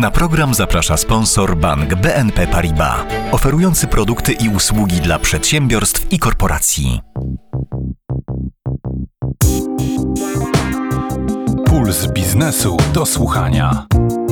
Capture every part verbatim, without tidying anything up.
Na program zaprasza sponsor bank B N P Paribas, oferujący produkty i usługi dla przedsiębiorstw i korporacji. Puls biznesu do słuchania.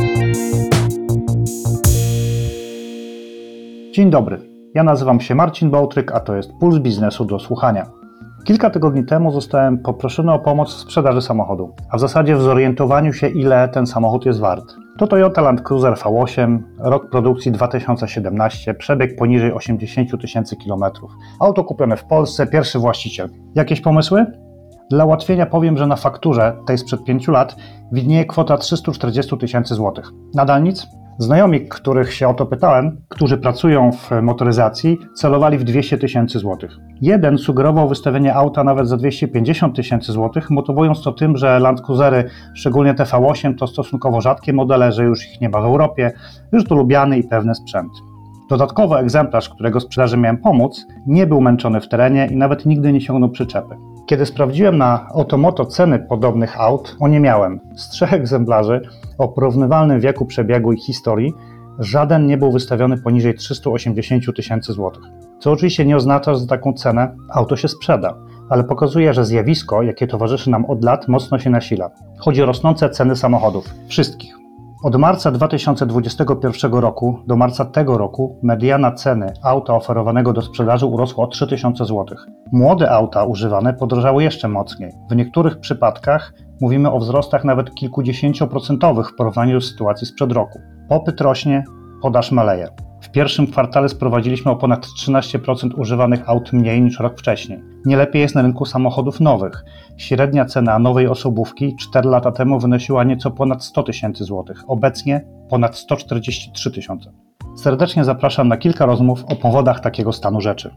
Dzień dobry, ja nazywam się Marcin Bałtryk, a to jest Puls biznesu do słuchania. Kilka tygodni temu zostałem poproszony o pomoc w sprzedaży samochodu, a w zasadzie w zorientowaniu się, ile ten samochód jest wart. To Toyota Land Cruiser V osiem, rok produkcji dwa tysiące siedemnasty, przebieg poniżej osiemdziesiąt tysięcy kilometrów. Auto kupione w Polsce, pierwszy właściciel. Jakieś pomysły? Dla ułatwienia powiem, że na fakturze, tej sprzed pięciu lat, widnieje kwota trzysta czterdzieści tysięcy złotych. Nadal nic? Znajomi, których się o to pytałem, którzy pracują w motoryzacji, celowali w dwieście tysięcy złotych. Jeden sugerował wystawienie auta nawet za dwieście pięćdziesiąt tysięcy złotych, motywując to tym, że Land Cruisery, szczególnie te V osiem, to stosunkowo rzadkie modele, że już ich nie ma w Europie, już to lubiany i pewny sprzęt. Dodatkowo egzemplarz, którego sprzedaży miałem pomóc, nie był męczony w terenie i nawet nigdy nie ciągnął przyczepy. Kiedy sprawdziłem na Otomoto ceny podobnych aut, oniemiałem. Z trzech egzemplarzy o porównywalnym wieku przebiegu i historii, żaden nie był wystawiony poniżej trzysta osiemdziesiąt tysięcy złotych. Co oczywiście nie oznacza, że za taką cenę auto się sprzeda, ale pokazuje, że zjawisko, jakie towarzyszy nam od lat, mocno się nasila. Chodzi o rosnące ceny samochodów. Wszystkich. Od marca dwa tysiące dwudziestego pierwszego roku do marca tego roku mediana ceny auta oferowanego do sprzedaży urosła o trzy tysiące złotych. Młode auta używane podrożały jeszcze mocniej. W niektórych przypadkach mówimy o wzrostach nawet kilkudziesięcioprocentowych w porównaniu do sytuacji sprzed roku. Popyt rośnie, podaż maleje. W pierwszym kwartale sprowadziliśmy o ponad trzynaście procent używanych aut mniej niż rok wcześniej. Nie lepiej jest na rynku samochodów nowych. Średnia cena nowej osobówki cztery lata temu wynosiła nieco ponad sto tysięcy złotych. Obecnie ponad sto czterdzieści trzy tysiące. Serdecznie zapraszam na kilka rozmów o powodach takiego stanu rzeczy.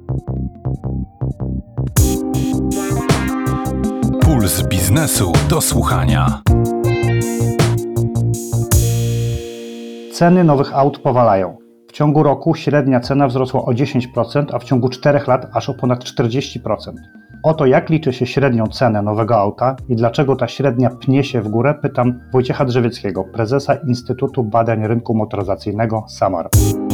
Puls biznesu do słuchania. Ceny nowych aut powalają. W ciągu roku średnia cena wzrosła o dziesięć procent, a w ciągu czterech lat aż o ponad czterdzieści procent. O to, jak liczy się średnią cenę nowego auta i dlaczego ta średnia pnie się w górę, pytam Wojciecha Drzewieckiego, prezesa Instytutu Badań Rynku Motoryzacyjnego SAMAR.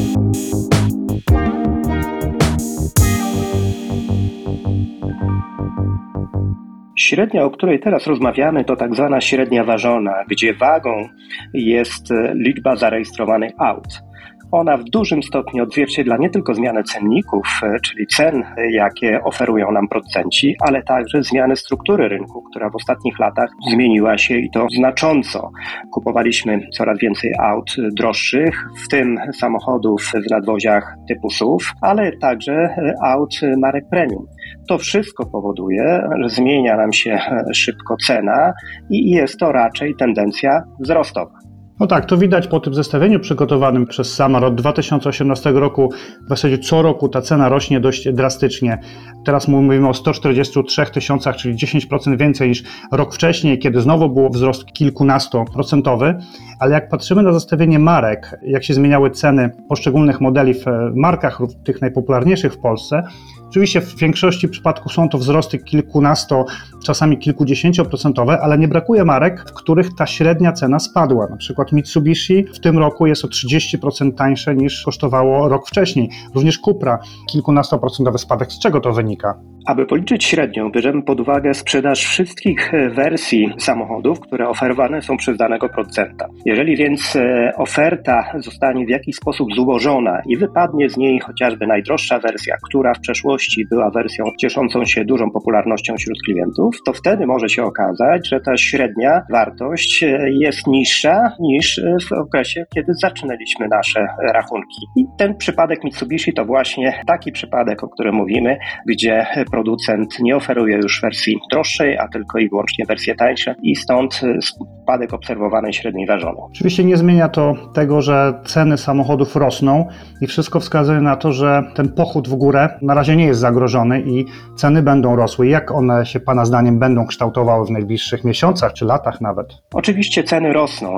Średnia, o której teraz rozmawiamy, to tak zwana średnia ważona, gdzie wagą jest liczba zarejestrowanych aut. Ona w dużym stopniu odzwierciedla nie tylko zmianę cenników, czyli cen, jakie oferują nam producenci, ale także zmianę struktury rynku, która w ostatnich latach zmieniła się i to znacząco. Kupowaliśmy coraz więcej aut droższych, w tym samochodów w nadwoziach typu S U V, ale także aut marek premium. To wszystko powoduje, że zmienia nam się szybko cena i jest to raczej tendencja wzrostowa. No tak, to widać po tym zestawieniu przygotowanym przez SAMAR od dwa tysiące osiemnastego roku. W zasadzie co roku ta cena rośnie dość drastycznie. Teraz mówimy o sto czterdziestu trzech tysiącach, czyli dziesięć procent więcej niż rok wcześniej, kiedy znowu był wzrost kilkunastoprocentowy. Ale jak patrzymy na zestawienie marek, jak się zmieniały ceny poszczególnych modeli w markach, tych najpopularniejszych w Polsce, oczywiście w większości przypadków są to wzrosty kilkunasto, czasami kilkudziesięcioprocentowe, ale nie brakuje marek, w których ta średnia cena spadła. Na przykład Mitsubishi w tym roku jest o trzydzieści procent tańsze niż kosztowało rok wcześniej. Również Cupra, kilkunastoprocentowy spadek. Z czego to wynika? Aby policzyć średnią, bierzemy pod uwagę sprzedaż wszystkich wersji samochodów, które oferowane są przez danego producenta. Jeżeli więc oferta zostanie w jakiś sposób złożona i wypadnie z niej chociażby najdroższa wersja, która w przeszłości była wersją cieszącą się dużą popularnością wśród klientów, to wtedy może się okazać, że ta średnia wartość jest niższa niż w okresie, kiedy zaczynaliśmy nasze rachunki. I ten przypadek Mitsubishi to właśnie taki przypadek, o którym mówimy, gdzie producent nie oferuje już wersji droższej, a tylko i wyłącznie wersje tańsze i stąd spadek obserwowanej średniej ważonej. Oczywiście nie zmienia to tego, że ceny samochodów rosną i wszystko wskazuje na to, że ten pochód w górę na razie nie jest zagrożony i ceny będą rosły. Jak one się Pana zdaniem będą kształtowały w najbliższych miesiącach czy latach nawet? Oczywiście ceny rosną i można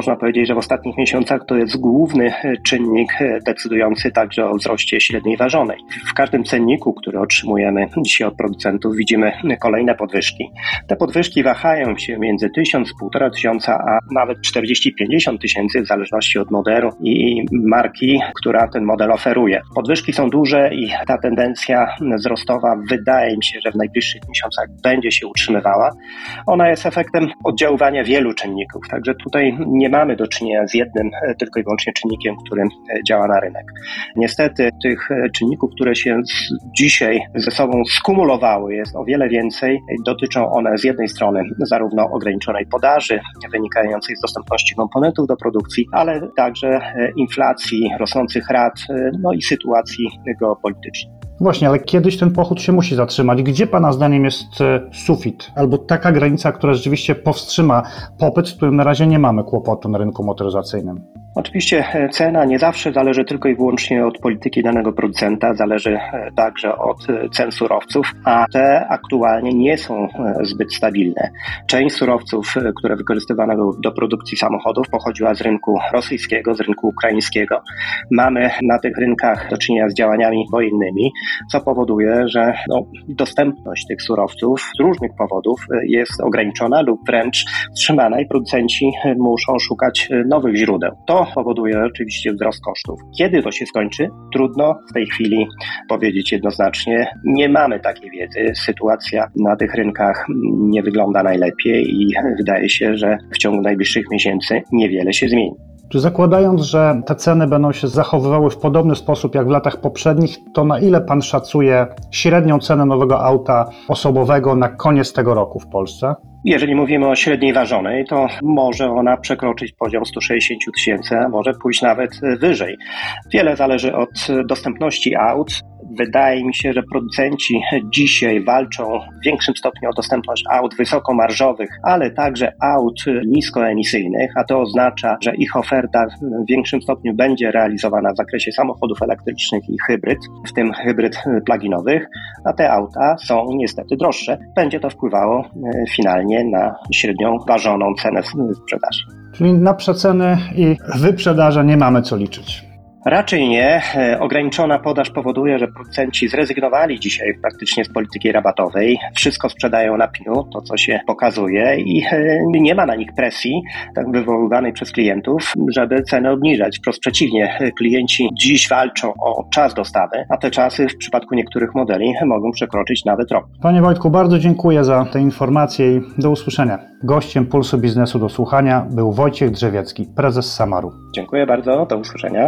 można powiedzieć, że w ostatnich miesiącach to jest główny czynnik decydujący także o wzroście średniej ważonej. W każdym cenniku, który otrzymujemy dzisiaj od producentów, widzimy kolejne podwyżki. Te podwyżki wahają się między tysiąc, półtora tysiąca, a nawet czterdzieści pięćdziesiąt tysięcy w zależności od modelu i marki, która ten model oferuje. Podwyżki są duże i ta tendencja wzrostowa wydaje mi się, że w najbliższych miesiącach będzie się utrzymywała. Ona jest efektem oddziaływania wielu czynników, także tutaj nie mamy do czynienia z jednym tylko i wyłącznie czynnikiem, który działa na rynek. Niestety tych czynników, które się dzisiaj ze sobą skumulowały, jest o wiele więcej. Dotyczą one z jednej strony zarówno ograniczonej podaży wynikającej z dostępności komponentów do produkcji, ale także inflacji, rosnących rat, no i sytuacji geopolitycznej. Właśnie, ale kiedyś ten pochód się musi zatrzymać. Gdzie Pana zdaniem jest sufit albo taka granica, która rzeczywiście powstrzyma popyt, z którym na razie nie mamy kłopotu na rynku motoryzacyjnym? Oczywiście cena nie zawsze zależy tylko i wyłącznie od polityki danego producenta, zależy także od cen surowców, a te aktualnie nie są zbyt stabilne. Część surowców, które wykorzystywane były do produkcji samochodów, pochodziła z rynku rosyjskiego, z rynku ukraińskiego. Mamy na tych rynkach do czynienia z działaniami wojennymi, co powoduje, że no, dostępność tych surowców z różnych powodów jest ograniczona lub wręcz wstrzymana i producenci muszą szukać nowych źródeł. To powoduje oczywiście wzrost kosztów. Kiedy to się skończy? Trudno w tej chwili powiedzieć jednoznacznie. Nie mamy takiej wiedzy. Sytuacja na tych rynkach nie wygląda najlepiej i wydaje się, że w ciągu najbliższych miesięcy niewiele się zmieni. Czy zakładając, że te ceny będą się zachowywały w podobny sposób jak w latach poprzednich, to na ile Pan szacuje średnią cenę nowego auta osobowego na koniec tego roku w Polsce? Jeżeli mówimy o średniej ważonej, to może ona przekroczyć poziom sto sześćdziesiąt tysięcy, a może pójść nawet wyżej. Wiele zależy od dostępności aut. Wydaje mi się, że producenci dzisiaj walczą w większym stopniu o dostępność aut wysokomarżowych, ale także aut niskoemisyjnych, a to oznacza, że ich oferta w większym stopniu będzie realizowana w zakresie samochodów elektrycznych i hybryd, w tym hybryd plug-inowych, a te auta są niestety droższe. Będzie to wpływało finalnie na średnią ważoną cenę sprzedaży. Czyli na przeceny i wyprzedaże nie mamy co liczyć. Raczej nie. Ograniczona podaż powoduje, że producenci zrezygnowali dzisiaj praktycznie z polityki rabatowej. Wszystko sprzedają na pniu, to co się pokazuje i nie ma na nich presji tak wywoływanej przez klientów, żeby ceny obniżać. Wprost przeciwnie, klienci dziś walczą o czas dostawy, a te czasy w przypadku niektórych modeli mogą przekroczyć nawet rok. Panie Wojtku, bardzo dziękuję za te informacje i do usłyszenia. Gościem Pulsu Biznesu do Słuchania był Wojciech Drzewiecki, prezes Samaru. Dziękuję bardzo, do usłyszenia.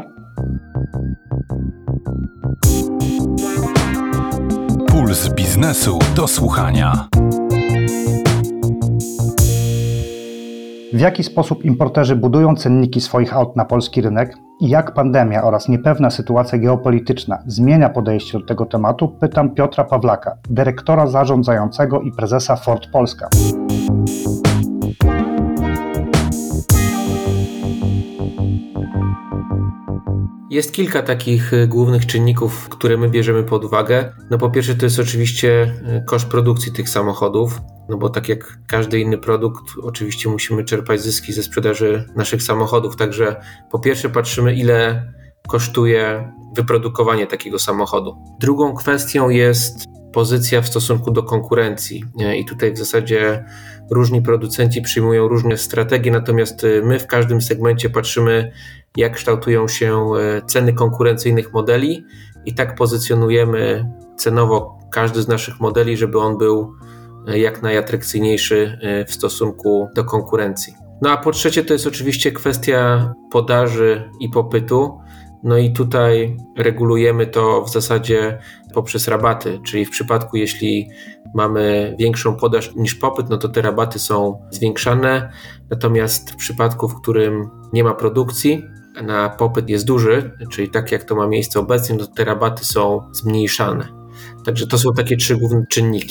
Puls Biznesu do Słuchania. W jaki sposób importerzy budują cenniki swoich aut na polski rynek i jak pandemia oraz niepewna sytuacja geopolityczna zmienia podejście do tego tematu, pytam Piotra Pawlaka, dyrektora zarządzającego i prezesa Ford Polska. Jest kilka takich głównych czynników, które my bierzemy pod uwagę. No po pierwsze to jest oczywiście koszt produkcji tych samochodów, no bo tak jak każdy inny produkt, oczywiście musimy czerpać zyski ze sprzedaży naszych samochodów, także po pierwsze patrzymy, ile kosztuje wyprodukowanie takiego samochodu. Drugą kwestią jest pozycja w stosunku do konkurencji i tutaj w zasadzie różni producenci przyjmują różne strategie, natomiast my w każdym segmencie patrzymy, jak kształtują się ceny konkurencyjnych modeli i tak pozycjonujemy cenowo każdy z naszych modeli, żeby on był jak najatrakcyjniejszy w stosunku do konkurencji. No a po trzecie to jest oczywiście kwestia podaży i popytu. No i tutaj regulujemy to w zasadzie poprzez rabaty, czyli w przypadku jeśli mamy większą podaż niż popyt, no to te rabaty są zwiększane, natomiast w przypadku, w którym nie ma produkcji, na popyt jest duży, czyli tak jak to ma miejsce obecnie, no to te rabaty są zmniejszane. Także to są takie trzy główne czynniki.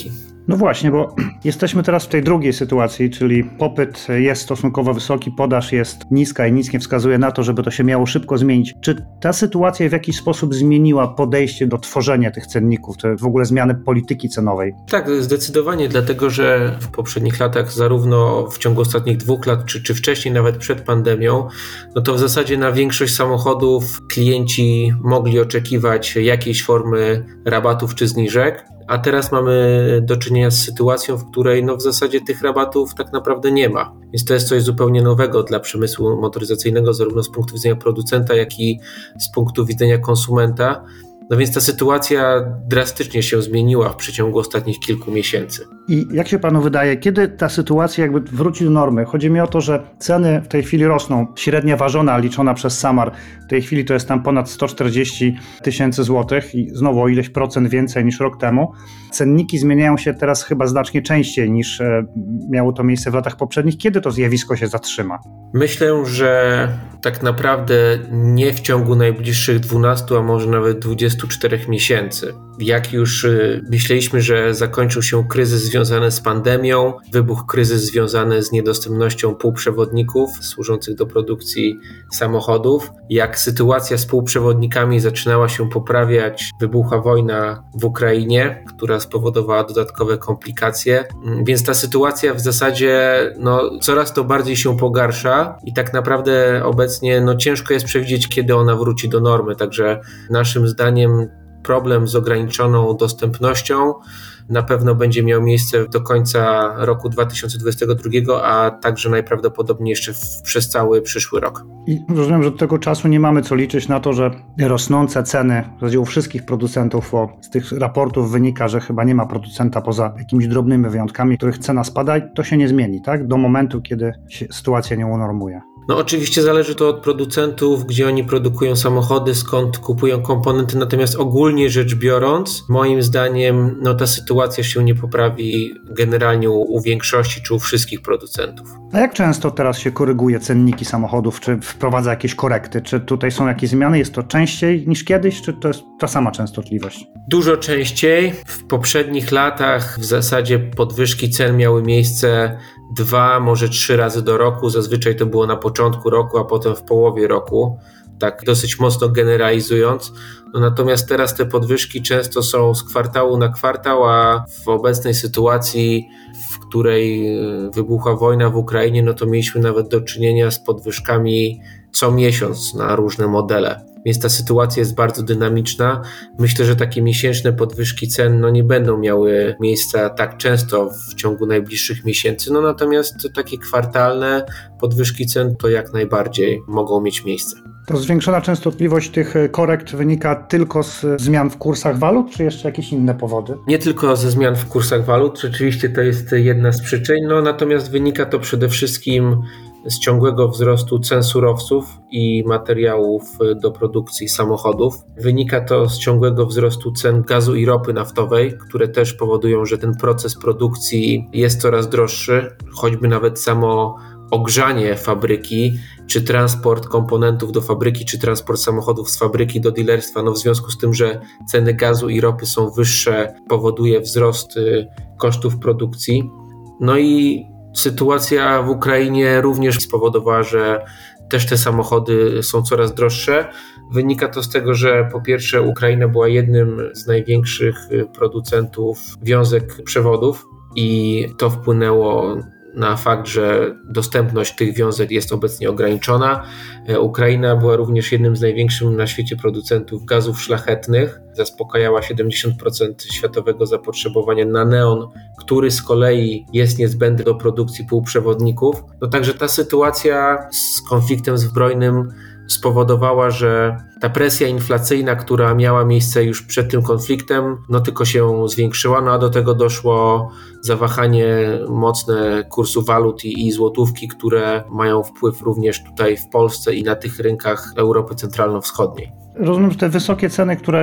No właśnie, bo jesteśmy teraz w tej drugiej sytuacji, czyli popyt jest stosunkowo wysoki, podaż jest niska i nic nie wskazuje na to, żeby to się miało szybko zmienić. Czy ta sytuacja w jakiś sposób zmieniła podejście do tworzenia tych cenników, czy w ogóle zmiany polityki cenowej? Tak, zdecydowanie, dlatego że w poprzednich latach, zarówno w ciągu ostatnich dwóch lat, czy, czy wcześniej nawet przed pandemią, no to w zasadzie na większość samochodów klienci mogli oczekiwać jakiejś formy rabatów czy zniżek. A teraz mamy do czynienia z sytuacją, w której no w zasadzie tych rabatów tak naprawdę nie ma. Więc to jest coś zupełnie nowego dla przemysłu motoryzacyjnego, zarówno z punktu widzenia producenta, jak i z punktu widzenia konsumenta. No więc ta sytuacja drastycznie się zmieniła w przeciągu ostatnich kilku miesięcy. I jak się panu wydaje, kiedy ta sytuacja jakby wróci do normy? Chodzi mi o to, że ceny w tej chwili rosną. Średnia ważona liczona przez Samar w tej chwili to jest tam ponad sto czterdzieści tysięcy złotych i znowu o ileś procent więcej niż rok temu. Cenniki zmieniają się teraz chyba znacznie częściej niż miało to miejsce w latach poprzednich. Kiedy to zjawisko się zatrzyma? Myślę, że tak naprawdę nie w ciągu najbliższych dwunastu, a może nawet dwudziestu czterech miesięcy. Jak już myśleliśmy, że zakończył się kryzys związany z pandemią, wybuchł kryzys związany z niedostępnością półprzewodników służących do produkcji samochodów. Jak sytuacja z półprzewodnikami zaczynała się poprawiać, wybuchła wojna w Ukrainie, która spowodowała dodatkowe komplikacje. Więc ta sytuacja w zasadzie no, coraz to bardziej się pogarsza i tak naprawdę obecnie no, ciężko jest przewidzieć, kiedy ona wróci do normy. Także naszym zdaniem problem z ograniczoną dostępnością na pewno będzie miał miejsce do końca roku dwa tysiące dwudziestego drugiego, a także najprawdopodobniej jeszcze w, przez cały przyszły rok. I rozumiem, że od tego czasu nie mamy co liczyć na to, że rosnące ceny w zasadzie u wszystkich producentów, bo z tych raportów wynika, że chyba nie ma producenta poza jakimiś drobnymi wyjątkami, których cena spada i to się nie zmieni, tak? Do momentu, kiedy się sytuacja nie unormuje. No oczywiście zależy to od producentów, gdzie oni produkują samochody, skąd kupują komponenty, natomiast ogólnie rzecz biorąc, moim zdaniem no ta sytuacja się nie poprawi generalnie u, u większości czy u wszystkich producentów. A jak często teraz się koryguje cenniki samochodów, czy wprowadza jakieś korekty? Czy tutaj są jakieś zmiany? Jest to częściej niż kiedyś, czy to jest ta sama częstotliwość? Dużo częściej. W poprzednich latach w zasadzie podwyżki cen miały miejsce dwa, może trzy razy do roku. Zazwyczaj to było na początku roku, a potem w połowie roku. Tak dosyć mocno generalizując. No natomiast teraz te podwyżki często są z kwartału na kwartał, a w obecnej sytuacji, w której wybuchła wojna w Ukrainie, no to mieliśmy nawet do czynienia z podwyżkami co miesiąc na różne modele. Więc ta sytuacja jest bardzo dynamiczna. Myślę, że takie miesięczne podwyżki cen no nie będą miały miejsca tak często w ciągu najbliższych miesięcy, no natomiast takie kwartalne podwyżki cen to jak najbardziej mogą mieć miejsce. To zwiększona częstotliwość tych korekt wynika tylko z zmian w kursach walut, czy jeszcze jakieś inne powody? Nie tylko ze zmian w kursach walut, rzeczywiście to jest jedna z przyczyn, no natomiast wynika to przede wszystkim z ciągłego wzrostu cen surowców i materiałów do produkcji samochodów. Wynika to z ciągłego wzrostu cen gazu i ropy naftowej, które też powodują, że ten proces produkcji jest coraz droższy, choćby nawet samo ogrzanie fabryki, czy transport komponentów do fabryki, czy transport samochodów z fabryki do dealerstwa, no w związku z tym, że ceny gazu i ropy są wyższe, powoduje wzrost kosztów produkcji. No i sytuacja w Ukrainie również spowodowała, że też te samochody są coraz droższe. Wynika to z tego, że po pierwsze Ukraina była jednym z największych producentów wiązek przewodów i to wpłynęło na fakt, że dostępność tych wiązek jest obecnie ograniczona. Ukraina była również jednym z największych na świecie producentów gazów szlachetnych. Zaspokajała siedemdziesiąt procent światowego zapotrzebowania na neon, który z kolei jest niezbędny do produkcji półprzewodników. No także ta sytuacja z konfliktem zbrojnym spowodowała, że ta presja inflacyjna, która miała miejsce już przed tym konfliktem, no tylko się zwiększyła, no a do tego doszło zawahanie mocne kursu walut i, i złotówki, które mają wpływ również tutaj w Polsce i na tych rynkach Europy Centralno-Wschodniej. Rozumiem, że te wysokie ceny, które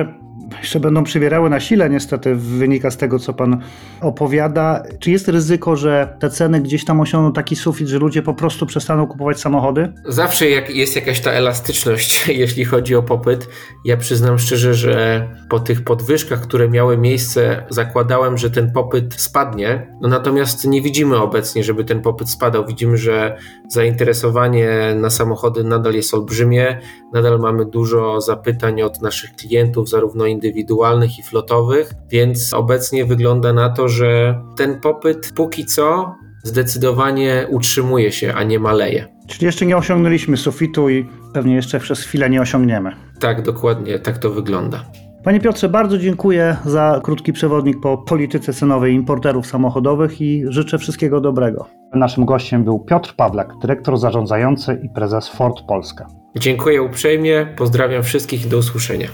jeszcze będą przybierały na sile, niestety wynika z tego, co pan opowiada. Czy jest ryzyko, że te ceny gdzieś tam osiągną taki sufit, że ludzie po prostu przestaną kupować samochody? Zawsze jak jest jakaś ta elastyczność, jeśli chodzi o popyt. Ja przyznam szczerze, że po tych podwyżkach, które miały miejsce, zakładałem, że ten popyt spadnie. No natomiast nie widzimy obecnie, żeby ten popyt spadał. Widzimy, że zainteresowanie na samochody nadal jest olbrzymie. Nadal mamy dużo zapytań od naszych klientów, zarówno indywidualnych i flotowych, więc obecnie wygląda na to, że ten popyt póki co zdecydowanie utrzymuje się, a nie maleje. Czyli jeszcze nie osiągnęliśmy sufitu i pewnie jeszcze przez chwilę nie osiągniemy. Tak, dokładnie, tak to wygląda. Panie Piotrze, bardzo dziękuję za krótki przewodnik po polityce cenowej importerów samochodowych i życzę wszystkiego dobrego. Naszym gościem był Piotr Pawlak, dyrektor zarządzający i prezes Ford Polska. Dziękuję uprzejmie, pozdrawiam wszystkich i do usłyszenia.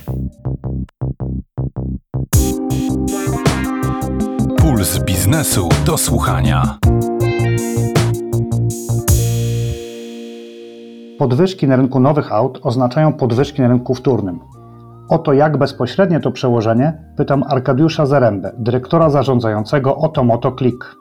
Puls biznesu do słuchania. Podwyżki na rynku nowych aut oznaczają podwyżki na rynku wtórnym. O to, jak bezpośrednie to przełożenie, pytam Arkadiusza Zarębę, dyrektora zarządzającego Otomoto Click.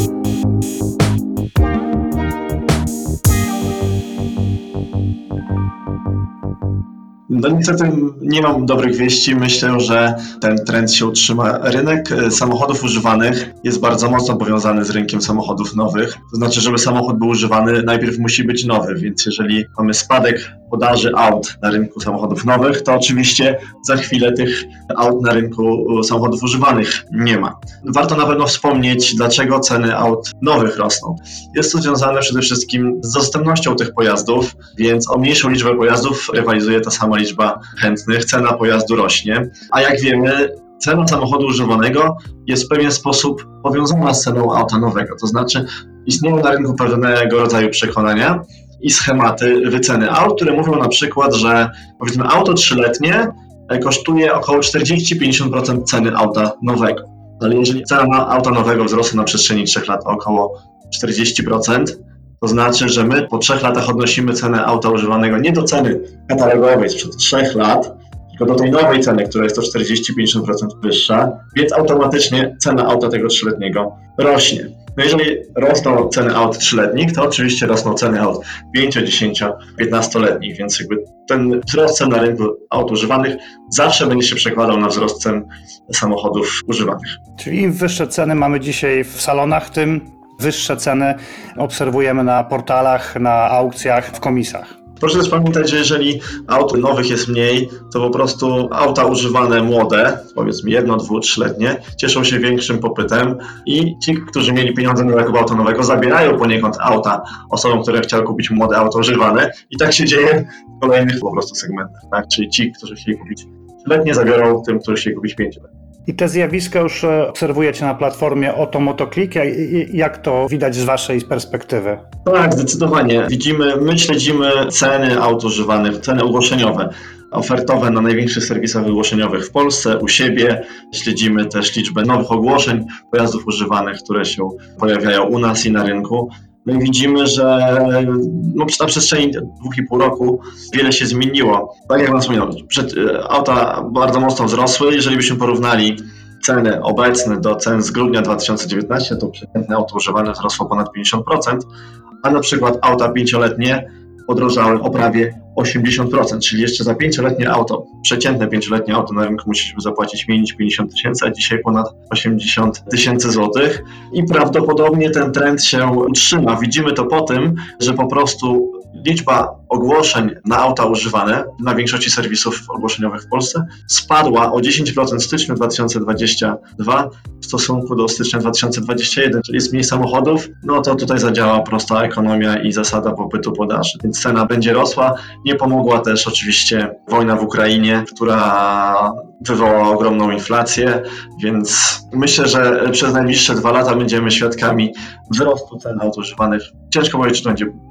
No niestety nie mam dobrych wieści. Myślę, że ten trend się utrzyma. Rynek samochodów używanych jest bardzo mocno powiązany z rynkiem samochodów nowych. To znaczy, żeby samochód był używany, najpierw musi być nowy, więc jeżeli mamy spadek podaży aut na rynku samochodów nowych, to oczywiście za chwilę tych aut na rynku samochodów używanych nie ma. Warto na pewno wspomnieć, dlaczego ceny aut nowych rosną. Jest to związane przede wszystkim z dostępnością tych pojazdów, więc o mniejszą liczbę pojazdów rywalizuje ta sama liczba chętnych, cena pojazdu rośnie, a jak wiemy, cena samochodu używanego jest w pewien sposób powiązana z ceną auta nowego, to znaczy istnieją na rynku pewnego rodzaju przekonania i schematy wyceny aut, które mówią na przykład, że powiedzmy auto trzyletnie kosztuje około czterdzieści do pięćdziesięciu procent ceny auta nowego. Ale jeżeli cena auta nowego wzrosła na przestrzeni trzech lat o około czterdzieści procent, to znaczy, że my po trzech latach odnosimy cenę auta używanego nie do ceny katalogowej sprzed trzech lat, tylko do tej nowej ceny, która jest o czterdzieści do pięćdziesięciu procent wyższa, więc automatycznie cena auta tego trzyletniego rośnie. No jeżeli rosną ceny aut trzyletnich, to oczywiście rosną ceny aut pięcio-, dziesięcio-, piętnastoletnich, więc jakby ten wzrost cen na rynku aut używanych zawsze będzie się przekładał na wzrost cen samochodów używanych. Czyli im wyższe ceny mamy dzisiaj w salonach, tym wyższe ceny obserwujemy na portalach, na aukcjach, w komisach. Proszę też pamiętać, że jeżeli aut nowych jest mniej, to po prostu auta używane młode, powiedzmy jedno-, dwu-, trzyletnie, cieszą się większym popytem i ci, którzy mieli pieniądze na zakup auta nowego, zabierają poniekąd auta osobom, które chciały kupić młode auto używane i tak się dzieje w kolejnych po prostu segmentach, tak? Czyli ci, którzy chcieli kupić trzyletnie, zabiorą tym, którzy chcieli kupić pięcioletnie. I te zjawiska już obserwujecie na platformie Otomoto Click. Jak to widać z waszej perspektywy? Tak, zdecydowanie. Widzimy, my śledzimy ceny aut używanych, ceny ogłoszeniowe, ofertowe na największych serwisach ogłoszeniowych w Polsce, u siebie. Śledzimy też liczbę nowych ogłoszeń pojazdów używanych, które się pojawiają u nas i na rynku. No i widzimy, że no, na przestrzeni dwóch i pół roku wiele się zmieniło. Tak jak wspomniałem, przed, auta bardzo mocno wzrosły. Jeżeli byśmy porównali ceny obecne do cen z grudnia dwa tysiące dziewiętnastego, to przeciętne auto używane wzrosło ponad pięćdziesiąt procent, a na przykład auta pięcioletnie podrożały o prawie osiemdziesiąt procent, czyli jeszcze za pięcioletnie auto, przeciętne pięcioletnie auto na rynku musieliśmy zapłacić mniej niż pięćdziesiąt tysięcy, a dzisiaj ponad osiemdziesiąt tysięcy złotych i prawdopodobnie ten trend się utrzyma. Widzimy to po tym, że po prostu liczba ogłoszeń na auta używane na większości serwisów ogłoszeniowych w Polsce spadła o dziesięć procent w styczniu dwa tysiące dwudziestego drugiego w stosunku do stycznia dwa tysiące dwudziestego pierwszego, czyli jest mniej samochodów, no to tutaj zadziała prosta ekonomia i zasada popytu podaży, więc cena będzie rosła. Nie pomogła też oczywiście wojna w Ukrainie, która wywołała ogromną inflację, więc myślę, że przez najbliższe dwa lata będziemy świadkami wzrostu cen aut używanych. Ciężko powiedzieć, czy to będzie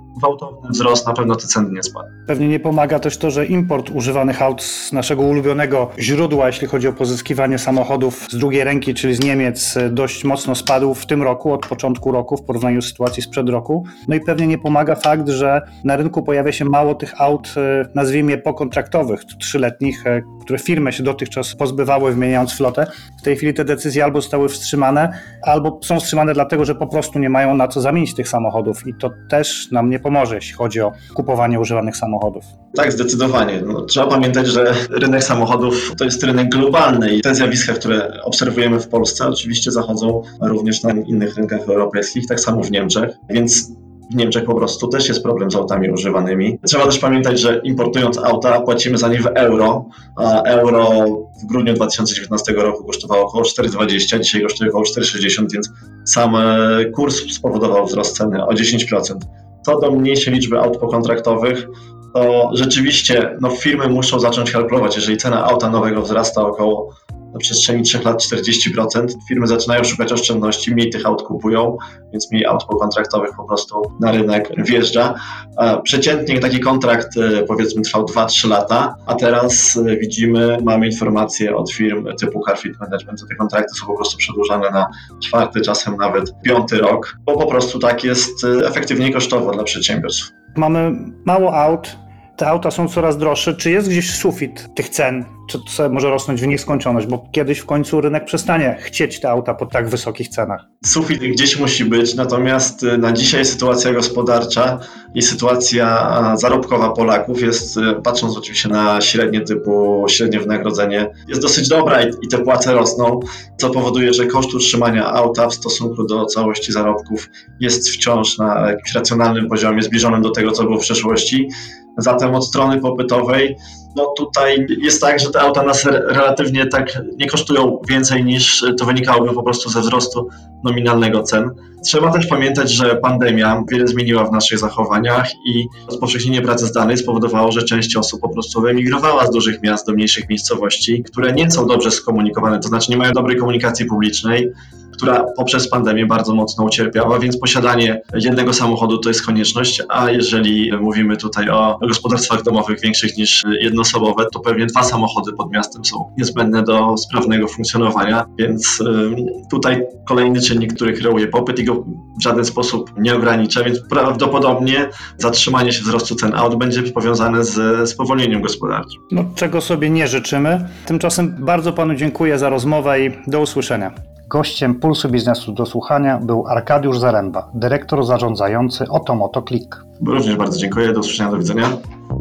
gwałtowny wzrost, na pewno te ceny nie spadły. Pewnie nie pomaga też to, że import używanych aut z naszego ulubionego źródła, jeśli chodzi o pozyskiwanie samochodów z drugiej ręki, czyli z Niemiec, dość mocno spadł w tym roku, od początku roku, w porównaniu z sytuacji sprzed roku. No i pewnie nie pomaga fakt, że na rynku pojawia się mało tych aut, nazwijmy je pokontraktowych, trzyletnich, które firmy się dotychczas pozbywały, wymieniając flotę. W tej chwili te decyzje albo zostały wstrzymane, albo są wstrzymane dlatego, że po prostu nie mają na co zamienić tych samochodów i to też nam nie pomoże, jeśli chodzi o kupowanie używanych samochodów. Tak, zdecydowanie. No, trzeba pamiętać, że rynek samochodów to jest rynek globalny i te zjawiska, które obserwujemy w Polsce, oczywiście zachodzą również na innych rynkach europejskich, tak samo w Niemczech, więc w Niemczech po prostu też jest problem z autami używanymi. Trzeba też pamiętać, że importując auta płacimy za nie w euro, a euro w grudniu dwa tysiące dziewiętnastego roku kosztowało około cztery dwadzieścia, dzisiaj kosztuje około cztery sześćdziesiąt, więc sam kurs spowodował wzrost ceny o dziesięć procent. Co do mniejszej liczby aut pokontraktowych, to rzeczywiście no, firmy muszą zacząć kalkulować, jeżeli cena auta nowego wzrasta około na przestrzeni trzech lat czterdzieści procent, firmy zaczynają szukać oszczędności, mniej tych aut kupują, więc mniej aut pokontraktowych po prostu na rynek wjeżdża. Przeciętnie taki kontrakt powiedzmy trwał dwa trzy lata, a teraz widzimy, mamy informacje od firm typu Carfleet Management, że te kontrakty są po prostu przedłużane na czwarty, czasem nawet piąty rok, bo po prostu tak jest efektywniej kosztowo dla przedsiębiorstw. Mamy mało aut, te auta są coraz droższe. Czy jest gdzieś sufit tych cen? Czy to może rosnąć w nieskończoność? Bo kiedyś w końcu rynek przestanie chcieć te auta po tak wysokich cenach. Sufit gdzieś musi być, natomiast na dzisiaj sytuacja gospodarcza i sytuacja zarobkowa Polaków jest, patrząc oczywiście na średnie typu, średnie wynagrodzenie, jest dosyć dobra i, i te płace rosną, co powoduje, że koszt utrzymania auta w stosunku do całości zarobków jest wciąż na jakimś racjonalnym poziomie, zbliżonym do tego, co było w przeszłości. Zatem od strony popytowej, no tutaj jest tak, że te auta nas relatywnie tak nie kosztują więcej niż to wynikałoby po prostu ze wzrostu nominalnego cen. Trzeba też pamiętać, że pandemia wiele zmieniła w naszych zachowaniach i rozpowszechnienie pracy zdalnej spowodowało, że część osób po prostu wyemigrowała z dużych miast do mniejszych miejscowości, które nie są dobrze skomunikowane, to znaczy nie mają dobrej komunikacji publicznej, która poprzez pandemię bardzo mocno ucierpiała, więc posiadanie jednego samochodu to jest konieczność, a jeżeli mówimy tutaj o gospodarstwach domowych większych niż jednoosobowe, to pewnie dwa samochody pod miastem są niezbędne do sprawnego funkcjonowania, więc tutaj kolejny czynnik, który kreuje popyt i go w żaden sposób nie ogranicza, więc prawdopodobnie zatrzymanie się wzrostu cen aut będzie powiązane z spowolnieniem gospodarczym. No, czego sobie nie życzymy. Tymczasem bardzo panu dziękuję za rozmowę i do usłyszenia. Gościem Pulsu Biznesu do Słuchania był Arkadiusz Zaręba, dyrektor zarządzający Otomoto Click. Również bardzo dziękuję, do usłyszenia, do widzenia.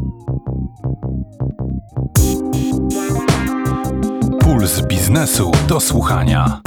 Puls Biznesu do Słuchania.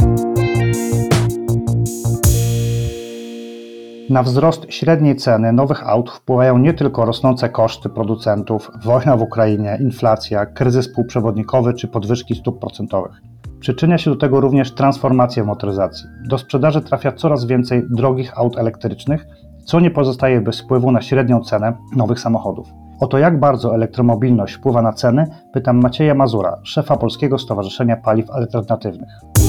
Na wzrost średniej ceny nowych aut wpływają nie tylko rosnące koszty producentów, wojna w Ukrainie, inflacja, kryzys półprzewodnikowy czy podwyżki stóp procentowych. Przyczynia się do tego również transformacja w motoryzacji. Do sprzedaży trafia coraz więcej drogich aut elektrycznych, co nie pozostaje bez wpływu na średnią cenę nowych samochodów. O to, jak bardzo elektromobilność wpływa na ceny, pytam Macieja Mazura, szefa Polskiego Stowarzyszenia Paliw Alternatywnych.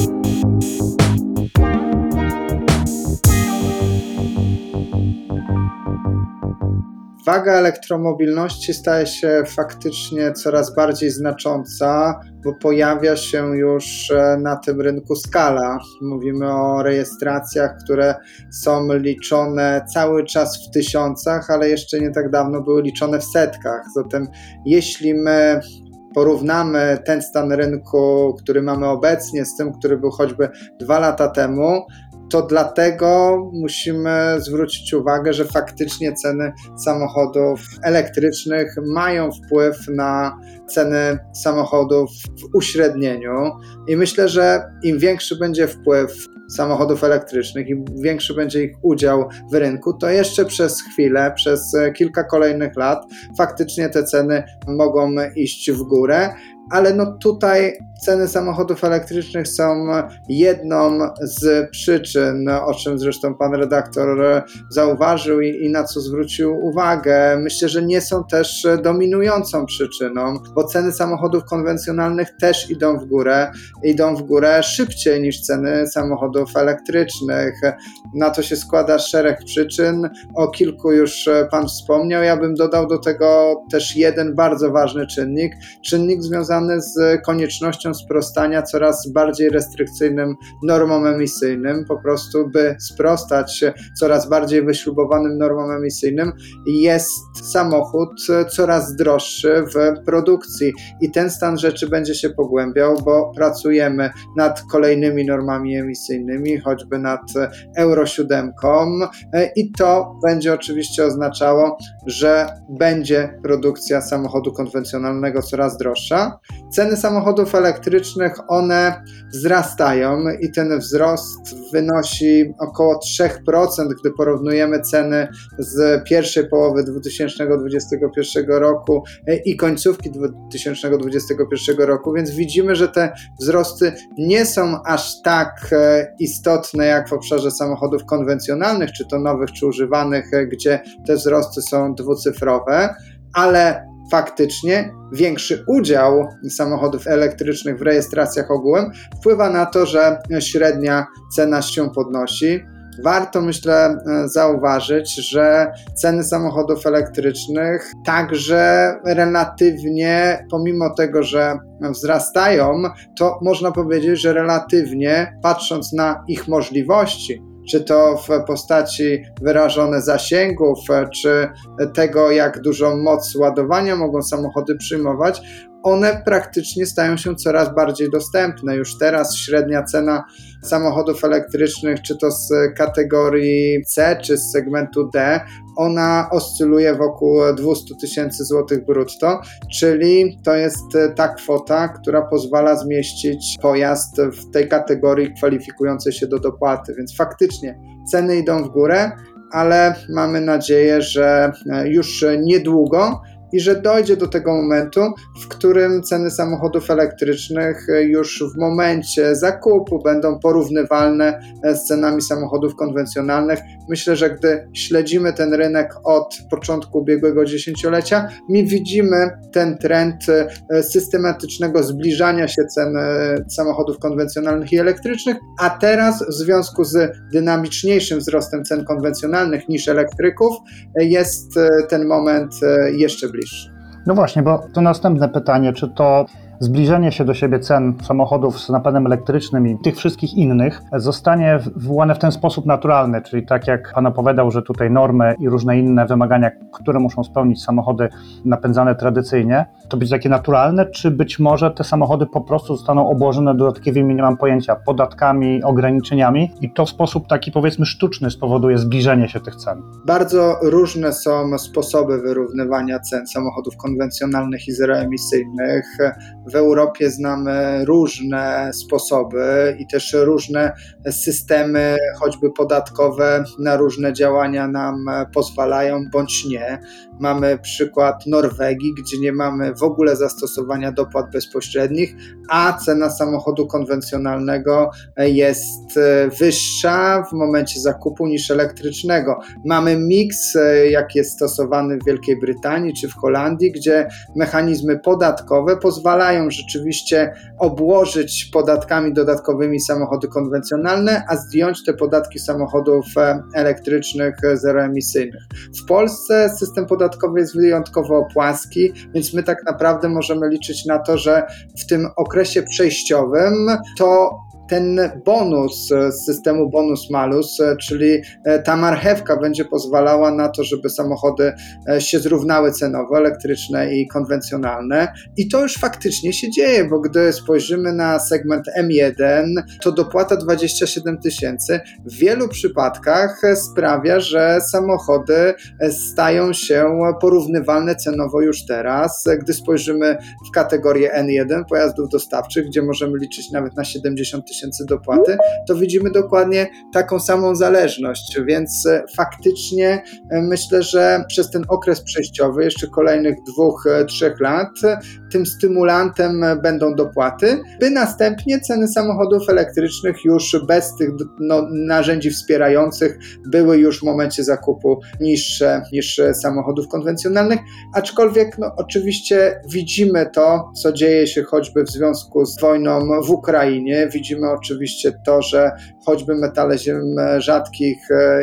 Waga elektromobilności staje się faktycznie coraz bardziej znacząca, bo pojawia się już na tym rynku skala. Mówimy o rejestracjach, które są liczone cały czas w tysiącach, ale jeszcze nie tak dawno były liczone w setkach. Zatem jeśli my porównamy ten stan rynku, który mamy obecnie, z tym, który był choćby dwa lata temu, to dlatego musimy zwrócić uwagę, że faktycznie ceny samochodów elektrycznych mają wpływ na ceny samochodów w uśrednieniu i myślę, że im większy będzie wpływ samochodów elektrycznych i większy będzie ich udział w rynku, to jeszcze przez chwilę, przez kilka kolejnych lat faktycznie te ceny mogą iść w górę ale no tutaj ceny samochodów elektrycznych są jedną z przyczyn, o czym zresztą pan redaktor zauważył i, i na co zwrócił uwagę. Myślę, że nie są też dominującą przyczyną, bo ceny samochodów konwencjonalnych też idą w górę, idą w górę szybciej niż ceny samochodów elektrycznych. Na to się składa szereg przyczyn, o kilku już pan wspomniał. Ja bym dodał do tego też jeden bardzo ważny czynnik, czynnik związany z koniecznością sprostania coraz bardziej restrykcyjnym normom emisyjnym, po prostu by sprostać coraz bardziej wyśrubowanym normom emisyjnym, jest samochód coraz droższy w produkcji i ten stan rzeczy będzie się pogłębiał, bo pracujemy nad kolejnymi normami emisyjnymi, choćby nad Euro siedem i to będzie oczywiście oznaczało, że będzie produkcja samochodu konwencjonalnego coraz droższa. Ceny samochodów elektrycznych, one wzrastają i ten wzrost wynosi około trzy procent, gdy porównujemy ceny z pierwszej połowy dwa tysiące dwudziestego pierwszego roku i końcówki dwa tysiące dwudziestego pierwszego roku, więc widzimy, że te wzrosty nie są aż tak istotne jak w obszarze samochodów konwencjonalnych, czy to nowych, czy używanych, gdzie te wzrosty są dwucyfrowe, ale faktycznie większy udział samochodów elektrycznych w rejestracjach ogółem wpływa na to, że średnia cena się podnosi. Warto, myślę, zauważyć, że ceny samochodów elektrycznych także relatywnie, pomimo tego, że wzrastają, to można powiedzieć, że relatywnie, patrząc na ich możliwości, czy to w postaci wyrażone zasięgów, czy tego, jak dużą moc ładowania mogą samochody przyjmować, one praktycznie stają się coraz bardziej dostępne. Już teraz średnia cena samochodów elektrycznych, czy to z kategorii C, czy z segmentu D, ona oscyluje wokół dwieście tysięcy złotych brutto, czyli to jest ta kwota, która pozwala zmieścić pojazd w tej kategorii kwalifikującej się do dopłaty, więc faktycznie ceny idą w górę, ale mamy nadzieję, że już niedługo i że dojdzie do tego momentu, w którym ceny samochodów elektrycznych już w momencie zakupu będą porównywalne z cenami samochodów konwencjonalnych. Myślę, że gdy śledzimy ten rynek od początku ubiegłego dziesięciolecia, my widzimy ten trend systematycznego zbliżania się cen samochodów konwencjonalnych i elektrycznych, a teraz w związku z dynamiczniejszym wzrostem cen konwencjonalnych niż elektryków jest ten moment jeszcze bliższy. No właśnie, bo to następne pytanie, czy to zbliżenie się do siebie cen samochodów z napędem elektrycznym i tych wszystkich innych zostanie wywołane w ten sposób naturalny, czyli tak jak Pan opowiadał, że tutaj normy i różne inne wymagania, które muszą spełnić samochody napędzane tradycyjnie, to być takie naturalne, czy być może te samochody po prostu zostaną obłożone dodatkowymi, nie mam pojęcia, podatkami, ograniczeniami i to w sposób taki, powiedzmy, sztuczny spowoduje zbliżenie się tych cen? Bardzo różne są sposoby wyrównywania cen samochodów konwencjonalnych i zeroemisyjnych. W Europie znamy różne sposoby i też różne systemy, choćby podatkowe, na różne działania nam pozwalają bądź nie. Mamy przykład Norwegii, gdzie nie mamy w ogóle zastosowania dopłat bezpośrednich, a cena samochodu konwencjonalnego jest wyższa w momencie zakupu niż elektrycznego. Mamy miks, jak jest stosowany w Wielkiej Brytanii czy w Holandii, gdzie mechanizmy podatkowe pozwalają rzeczywiście obłożyć podatkami dodatkowymi samochody konwencjonalne, a zdjąć te podatki samochodów elektrycznych zeroemisyjnych. W Polsce system podatkowy jest wyjątkowo płaski, więc my tak naprawdę możemy liczyć na to, że w tym okresie przejściowym to ten bonus z systemu bonus-malus, czyli ta marchewka będzie pozwalała na to, żeby samochody się zrównały cenowo, elektryczne i konwencjonalne. I to już faktycznie się dzieje, bo gdy spojrzymy na segment M jeden, to dopłata dwadzieścia siedem tysięcy w wielu przypadkach sprawia, że samochody stają się porównywalne cenowo już teraz. Gdy spojrzymy w kategorię N jeden pojazdów dostawczych, gdzie możemy liczyć nawet na siedemdziesiąt tysięcy dopłaty, to widzimy dokładnie taką samą zależność, więc faktycznie myślę, że przez ten okres przejściowy, jeszcze kolejnych dwóch, trzech lat, tym stymulantem będą dopłaty, by następnie ceny samochodów elektrycznych już bez tych no, narzędzi wspierających były już w momencie zakupu niższe niż samochodów konwencjonalnych, aczkolwiek no, oczywiście widzimy to, co dzieje się choćby w związku z wojną w Ukrainie, widzimy oczywiście to, że choćby metale ziem rzadkich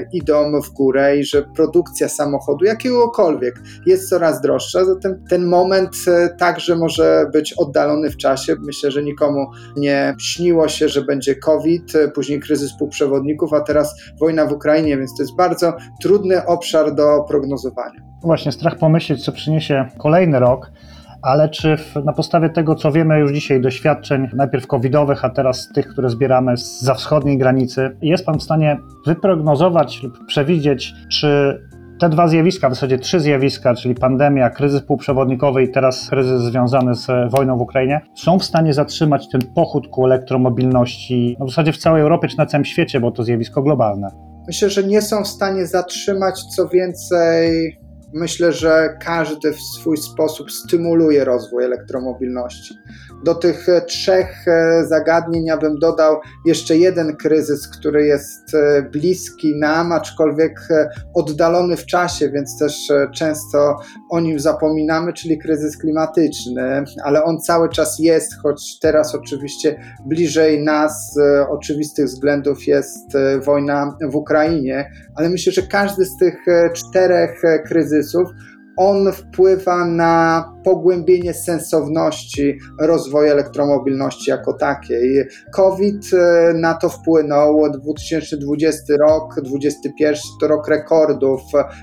idą w górę i że produkcja samochodu jakiegokolwiek jest coraz droższa, zatem ten moment także może być oddalony w czasie. Myślę, że nikomu nie śniło się, że będzie COVID, później kryzys półprzewodników, a teraz wojna w Ukrainie, więc to jest bardzo trudny obszar do prognozowania. Właśnie, strach pomyśleć, co przyniesie kolejny rok, ale czy w, na podstawie tego, co wiemy już dzisiaj, doświadczeń najpierw covidowych, a teraz tych, które zbieramy zza wschodniej granicy, jest Pan w stanie wyprognozować lub przewidzieć, czy te dwa zjawiska, w zasadzie trzy zjawiska, czyli pandemia, kryzys półprzewodnikowy i teraz kryzys związany z wojną w Ukrainie, są w stanie zatrzymać ten pochód ku elektromobilności no w zasadzie w całej Europie czy na całym świecie, bo to zjawisko globalne? Myślę, że nie są w stanie zatrzymać, co więcej, myślę, że każdy w swój sposób stymuluje rozwój elektromobilności. Do tych trzech zagadnień ja bym dodał jeszcze jeden kryzys, który jest bliski nam, aczkolwiek oddalony w czasie, więc też często o nim zapominamy, czyli kryzys klimatyczny, ale on cały czas jest, choć teraz oczywiście bliżej nas z oczywistych względów jest wojna w Ukrainie, ale myślę, że każdy z tych czterech kryzysów on wpływa na pogłębienie sensowności rozwoju elektromobilności jako takiej. COVID na to wpłynął, dwa tysiące dwudziesty rok, dwa tysiące dwudziesty pierwszy to rok rekordów,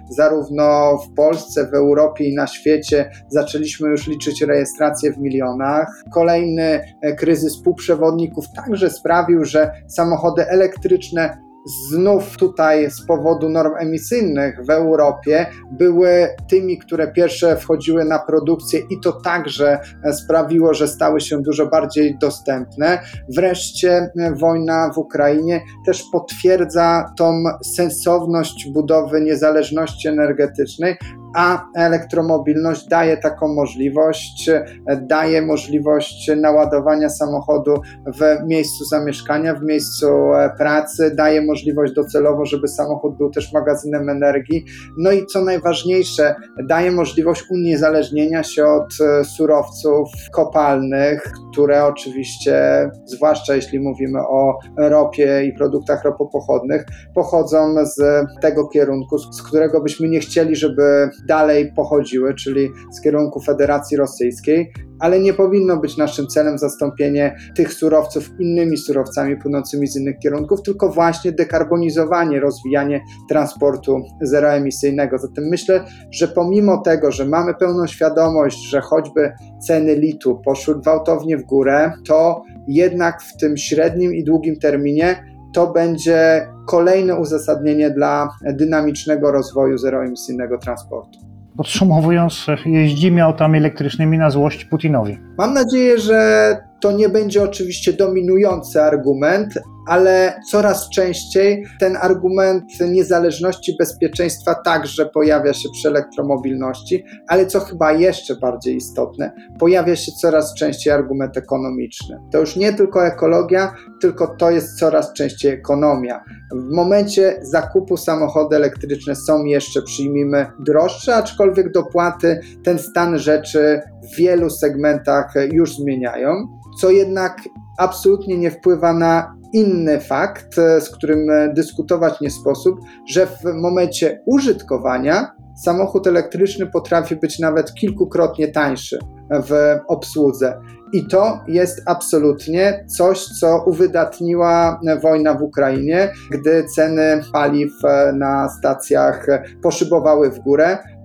zarówno w Polsce, w Europie i na świecie zaczęliśmy już liczyć rejestracje w milionach. Kolejny kryzys półprzewodników także sprawił, że samochody elektryczne znów tutaj z powodu norm emisyjnych w Europie były tymi, które pierwsze wchodziły na produkcję i to także sprawiło, że stały się dużo bardziej dostępne. Wreszcie wojna w Ukrainie też potwierdza tą sensowność budowy niezależności energetycznej, a elektromobilność daje taką możliwość, daje możliwość naładowania samochodu w miejscu zamieszkania, w miejscu pracy, daje możliwość docelowo, żeby samochód był też magazynem energii. No i co najważniejsze, daje możliwość uniezależnienia się od surowców kopalnych, które oczywiście, zwłaszcza jeśli mówimy o ropie i produktach ropopochodnych, pochodzą z tego kierunku, z którego byśmy nie chcieli, żeby dalej pochodziły, czyli z kierunku Federacji Rosyjskiej, ale nie powinno być naszym celem zastąpienie tych surowców innymi surowcami płynącymi z innych kierunków, tylko właśnie dekarbonizowanie, rozwijanie transportu zeroemisyjnego. Zatem myślę, że pomimo tego, że mamy pełną świadomość, że choćby ceny litu poszły gwałtownie w górę, to jednak w tym średnim i długim terminie to będzie kolejne uzasadnienie dla dynamicznego rozwoju zeroemisyjnego transportu. Podsumowując, jeździmy autami elektrycznymi na złość Putinowi. Mam nadzieję, że to nie będzie oczywiście dominujący argument, ale coraz częściej ten argument niezależności, bezpieczeństwa także pojawia się przy elektromobilności, ale co chyba jeszcze bardziej istotne, pojawia się coraz częściej argument ekonomiczny. To już nie tylko ekologia, tylko to jest coraz częściej ekonomia. W momencie zakupu samochody elektryczne są jeszcze, przyjmijmy, droższe, aczkolwiek dopłaty ten stan rzeczy w wielu segmentach już zmieniają, co jednak absolutnie nie wpływa na inny fakt, z którym dyskutować nie sposób, że w momencie użytkowania samochód elektryczny potrafi być nawet kilkukrotnie tańszy w obsłudze. I to jest absolutnie coś, co uwydatniła wojna w Ukrainie, gdy ceny paliw na stacjach poszybowały w górę.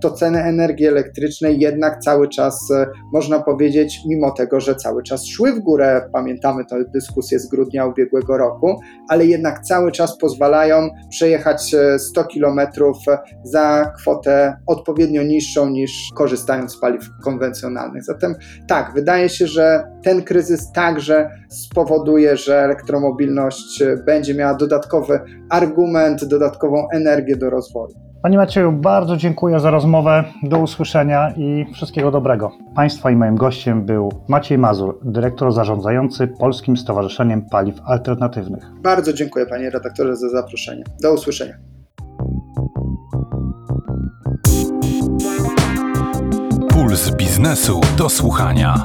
to ceny energii elektrycznej jednak cały czas, można powiedzieć, mimo tego, że cały czas szły w górę, pamiętamy tę dyskusję z grudnia ubiegłego roku, ale jednak cały czas pozwalają przejechać sto kilometrów za kwotę odpowiednio niższą niż korzystając z paliw konwencjonalnych. Zatem tak, wydaje się, że ten kryzys także spowoduje, że elektromobilność będzie miała dodatkowy argument, dodatkową energię do rozwoju. Panie Macieju, bardzo dziękuję za rozmowę. Do usłyszenia i wszystkiego dobrego. Państwa i moim gościem był Maciej Mazur, dyrektor zarządzający Polskim Stowarzyszeniem Paliw Alternatywnych. Bardzo dziękuję, panie redaktorze, za zaproszenie. Do usłyszenia. Puls biznesu do słuchania.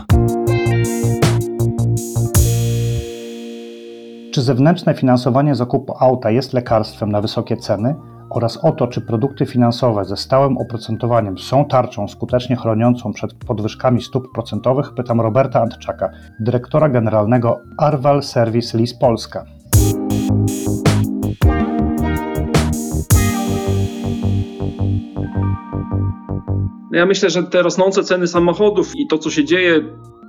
Czy zewnętrzne finansowanie zakupu auta jest lekarstwem na wysokie ceny? Oraz o to, czy produkty finansowe ze stałym oprocentowaniem są tarczą skutecznie chroniącą przed podwyżkami stóp procentowych, pytam Roberta Antczaka, dyrektora generalnego Arval Service Lease Polska. Ja myślę, że te rosnące ceny samochodów i to, co się dzieje,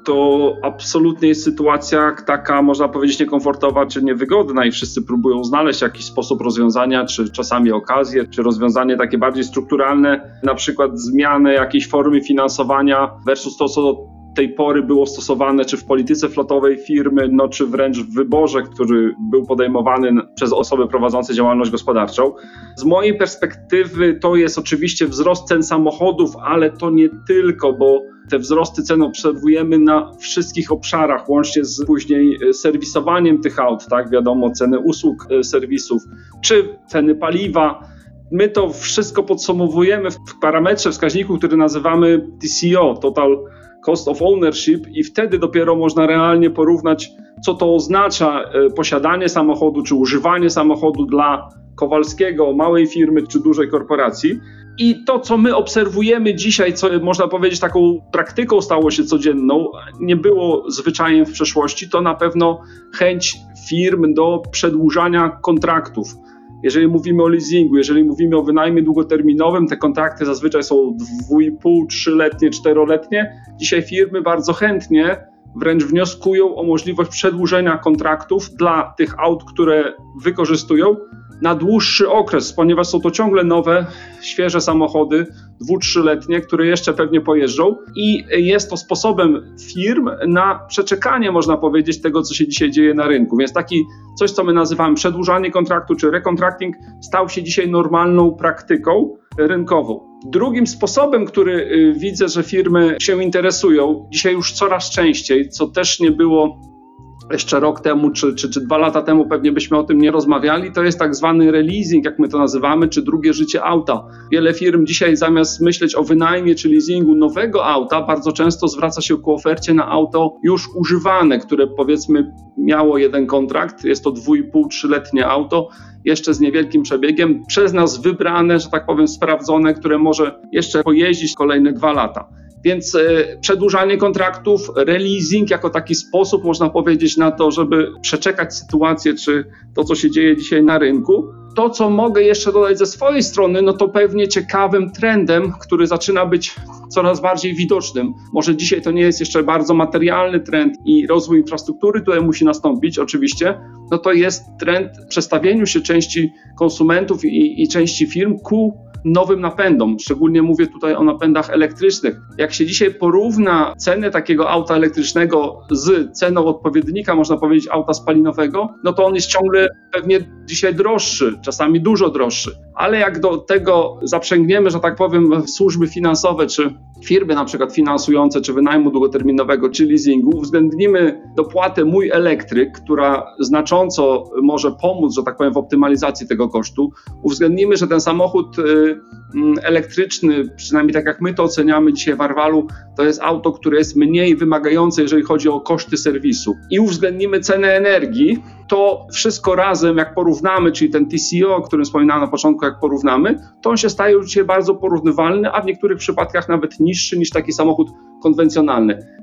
to absolutnie jest sytuacja taka, można powiedzieć, niekomfortowa czy niewygodna i wszyscy próbują znaleźć jakiś sposób rozwiązania, czy czasami okazję, czy rozwiązanie takie bardziej strukturalne, na przykład zmianę jakiejś formy finansowania versus to, co do tej pory było stosowane, czy w polityce flotowej firmy, no czy wręcz w wyborze, który był podejmowany przez osoby prowadzące działalność gospodarczą. Z mojej perspektywy to jest oczywiście wzrost cen samochodów, ale to nie tylko, bo te wzrosty cen obserwujemy na wszystkich obszarach, łącznie z później serwisowaniem tych aut, tak, wiadomo, ceny usług serwisów, czy ceny paliwa. My to wszystko podsumowujemy w parametrze wskaźniku, który nazywamy T C O, Total Cost of Ownership, i wtedy dopiero można realnie porównać, co to oznacza posiadanie samochodu, czy używanie samochodu dla Kowalskiego, małej firmy, czy dużej korporacji. I to, co my obserwujemy dzisiaj, co można powiedzieć taką praktyką stało się codzienną, nie było zwyczajem w przeszłości, to na pewno chęć firm do przedłużania kontraktów. Jeżeli mówimy o leasingu, jeżeli mówimy o wynajmie długoterminowym, te kontrakty zazwyczaj są dwu i pół, trzyletnie, czteroletnie. Dzisiaj firmy bardzo chętnie wręcz wnioskują o możliwość przedłużenia kontraktów dla tych aut, które wykorzystują na dłuższy okres, ponieważ są to ciągle nowe, świeże samochody, dwu-, trzyletnie, które jeszcze pewnie pojeżdżą i jest to sposobem firm na przeczekanie, można powiedzieć, tego, co się dzisiaj dzieje na rynku. Więc taki coś, co my nazywamy przedłużanie kontraktu czy recontracting, stał się dzisiaj normalną praktyką rynkową. Drugim sposobem, który widzę, że firmy się interesują dzisiaj już coraz częściej, co też nie było jeszcze rok temu czy, czy, czy dwa lata temu, pewnie byśmy o tym nie rozmawiali, to jest tak zwany releasing, jak my to nazywamy, czy drugie życie auta. Wiele firm dzisiaj zamiast myśleć o wynajmie czy leasingu nowego auta, bardzo często zwraca się ku ofercie na auto już używane, które powiedzmy miało jeden kontrakt, jest to dwu i pół, trzyletnie auto, jeszcze z niewielkim przebiegiem, przez nas wybrane, że tak powiem sprawdzone, które może jeszcze pojeździć kolejne dwa lata. Więc y, przedłużanie kontraktów, releasing jako taki sposób, można powiedzieć, na to, żeby przeczekać sytuację, czy to, co się dzieje dzisiaj na rynku. To, co mogę jeszcze dodać ze swojej strony, no to pewnie ciekawym trendem, który zaczyna być coraz bardziej widocznym. Może dzisiaj to nie jest jeszcze bardzo materialny trend i rozwój infrastruktury tutaj musi nastąpić oczywiście, no to jest trend przestawieniu się części konsumentów i, i części firm ku nowym napędom. Szczególnie mówię tutaj o napędach elektrycznych. Jak się dzisiaj porówna cenę takiego auta elektrycznego z ceną odpowiednika, można powiedzieć, auta spalinowego, no to on jest ciągle pewnie dzisiaj droższy, czasami dużo droższy. Ale jak do tego zaprzęgniemy, że tak powiem, służby finansowe, czy firmy na przykład finansujące, czy wynajmu długoterminowego, czy leasingu, uwzględnimy dopłatę Mój Elektryk, która znacząco może pomóc, że tak powiem, w optymalizacji tego kosztu. Uwzględnimy, że ten samochód y, elektryczny, przynajmniej tak jak my to oceniamy dzisiaj w Arvalu, to jest auto, które jest mniej wymagające, jeżeli chodzi o koszty serwisu. I uwzględnimy cenę energii, to wszystko razem, jak porównamy, czyli ten T C O, o którym wspominałem na początku, jak porównamy, to on się staje już dzisiaj bardzo porównywalny, a w niektórych przypadkach nawet niższy niż taki samochód konwencjonalny.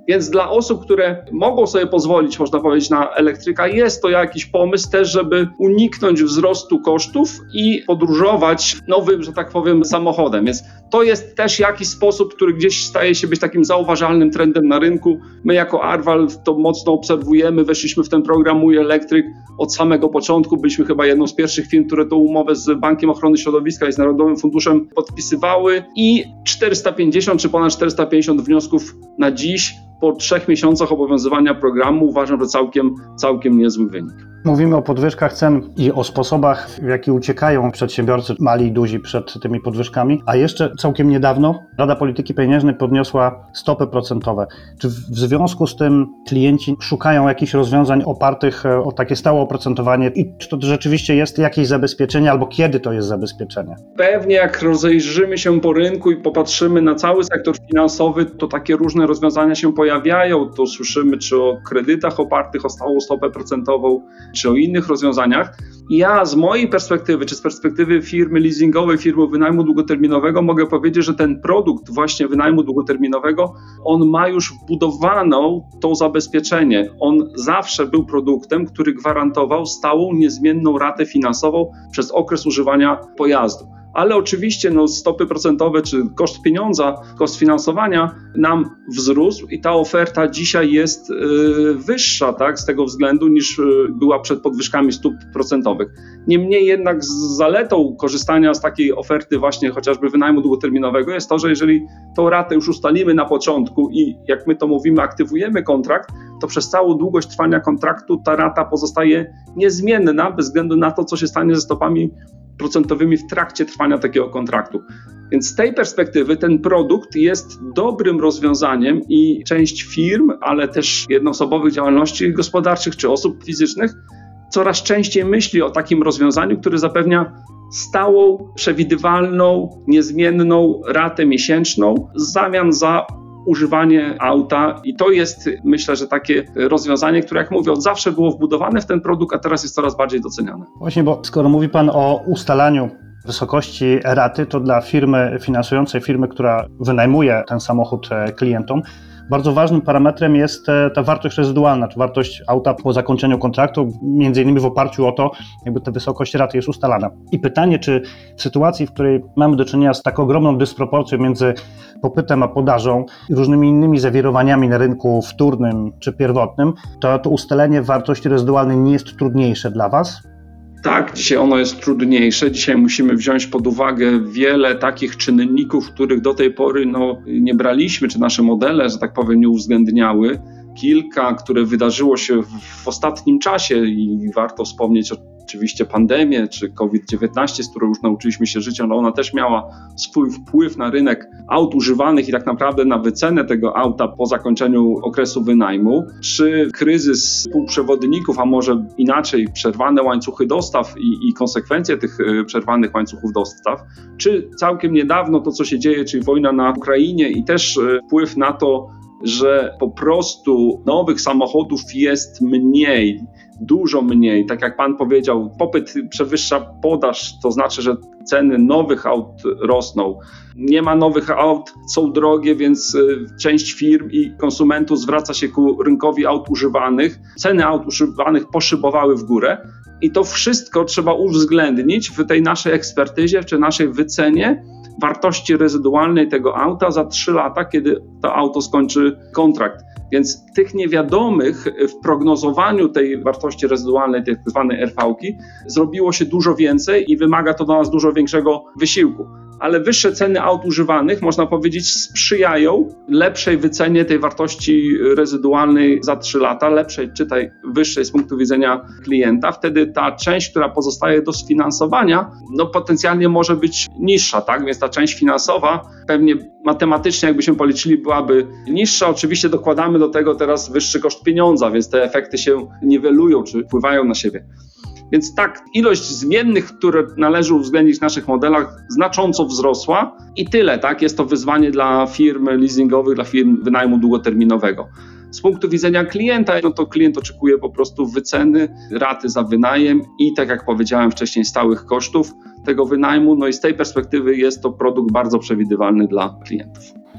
Więc dla osób, które mogą sobie pozwolić, można powiedzieć, na elektryka, jest to jakiś pomysł też, żeby uniknąć wzrostu kosztów i podróżować nowym, że tak powiem, samochodem. Więc to jest też jakiś sposób, który gdzieś staje się być takim zauważalnym trendem na rynku. My jako Arval to mocno obserwujemy, weszliśmy w ten program Mój Elektryk od samego początku. Byliśmy chyba jedną z pierwszych firm, które tą umowę z Bankiem Ochrony Środowiska i z Narodowym Funduszem podpisywały i czterysta pięćdziesiąt czy ponad czterysta pięćdziesiąt wniosków na dziś po trzech miesiącach obowiązywania programu uważam, że całkiem, całkiem niezły wynik. Mówimy o podwyżkach cen i o sposobach, w jaki uciekają przedsiębiorcy mali i duzi przed tymi podwyżkami, a jeszcze całkiem niedawno Rada Polityki Pieniężnej podniosła stopy procentowe. Czy w związku z tym klienci szukają jakichś rozwiązań opartych o takie stałe oprocentowanie i czy to rzeczywiście jest jakieś zabezpieczenie albo kiedy to jest zabezpieczenie? Pewnie jak rozejrzymy się po rynku i popatrzymy na cały sektor finansowy, to takie różne rozwiązania się pojawiają. To słyszymy czy o kredytach opartych o stałą stopę procentową, czy o innych rozwiązaniach. Ja z mojej perspektywy, czy z perspektywy firmy leasingowej, firmy wynajmu długoterminowego mogę powiedzieć, że ten produkt właśnie wynajmu długoterminowego, on ma już wbudowaną to zabezpieczenie. On zawsze był produktem, który gwarantował stałą, niezmienną ratę finansową przez okres używania pojazdu. Ale oczywiście no, stopy procentowe czy koszt pieniądza, koszt finansowania nam wzrósł i ta oferta dzisiaj jest yy, wyższa, tak, z tego względu niż yy, była przed podwyżkami stóp procentowych. Niemniej jednak z zaletą korzystania z takiej oferty właśnie chociażby wynajmu długoterminowego jest to, że jeżeli tą ratę już ustalimy na początku i jak my to mówimy, aktywujemy kontrakt, to przez całą długość trwania kontraktu ta rata pozostaje niezmienna bez względu na to, co się stanie ze stopami procentowymi w trakcie trwania takiego kontraktu. Więc z tej perspektywy ten produkt jest dobrym rozwiązaniem i część firm, ale też jednoosobowych działalności gospodarczych czy osób fizycznych coraz częściej myśli o takim rozwiązaniu, które zapewnia stałą, przewidywalną, niezmienną ratę miesięczną w zamian za używanie auta i to jest, myślę, że takie rozwiązanie, które jak mówię, od zawsze było wbudowane w ten produkt, a teraz jest coraz bardziej doceniane. Właśnie, bo skoro mówi Pan o ustalaniu wysokości raty, to dla firmy finansującej, firmy, która wynajmuje ten samochód klientom, bardzo ważnym parametrem jest ta wartość rezydualna, czy wartość auta po zakończeniu kontraktu, między innymi w oparciu o to, jakby ta wysokość raty jest ustalana. I pytanie, czy w sytuacji, w której mamy do czynienia z tak ogromną dysproporcją między popytem a podażą i różnymi innymi zawirowaniami na rynku wtórnym czy pierwotnym, to to ustalenie wartości rezydualnej nie jest trudniejsze dla Was? Tak, dzisiaj ono jest trudniejsze. Dzisiaj musimy wziąć pod uwagę wiele takich czynników, których do tej pory no, nie braliśmy, czy nasze modele, że tak powiem, nie uwzględniały. Kilka, które wydarzyło się w, w ostatnim czasie i warto wspomnieć oczywiście pandemię, czy COVID dziewiętnaście, z którą już nauczyliśmy się żyć, ale ona też miała swój wpływ na rynek aut używanych i tak naprawdę na wycenę tego auta po zakończeniu okresu wynajmu, czy kryzys półprzewodników, a może inaczej przerwane łańcuchy dostaw i, i konsekwencje tych przerwanych łańcuchów dostaw, czy całkiem niedawno to, co się dzieje, czyli wojna na Ukrainie i też wpływ na to, że po prostu nowych samochodów jest mniej, dużo mniej. Tak jak Pan powiedział, popyt przewyższa podaż, to znaczy, że ceny nowych aut rosną. Nie ma nowych aut, są drogie, więc część firm i konsumentów zwraca się ku rynkowi aut używanych. Ceny aut używanych poszybowały w górę i to wszystko trzeba uwzględnić w tej naszej ekspertyzie czy naszej wycenie wartości rezydualnej tego auta za trzy lata, kiedy to auto skończy kontrakt. Więc tych niewiadomych w prognozowaniu tej wartości rezydualnej, tej tak zwanej er vé-ki, zrobiło się dużo więcej i wymaga to do nas dużo większego wysiłku. Ale wyższe ceny aut używanych, można powiedzieć, sprzyjają lepszej wycenie tej wartości rezydualnej za trzy lata, lepszej, czytaj wyższej z punktu widzenia klienta. Wtedy ta część, która pozostaje do sfinansowania, no potencjalnie może być niższa, tak? Więc ta część finansowa pewnie matematycznie, jakbyśmy policzyli, byłaby niższa. Oczywiście dokładamy do tego teraz wyższy koszt pieniądza, więc te efekty się niwelują czy wpływają na siebie. Więc tak, ilość zmiennych, które należy uwzględnić w naszych modelach, znacząco wzrosła i tyle, tak? Jest to wyzwanie dla firm leasingowych, dla firm wynajmu długoterminowego. Z punktu widzenia klienta, no to klient oczekuje po prostu wyceny, raty za wynajem i tak jak powiedziałem wcześniej, stałych kosztów tego wynajmu. No i z tej perspektywy jest to produkt bardzo przewidywalny dla klientów.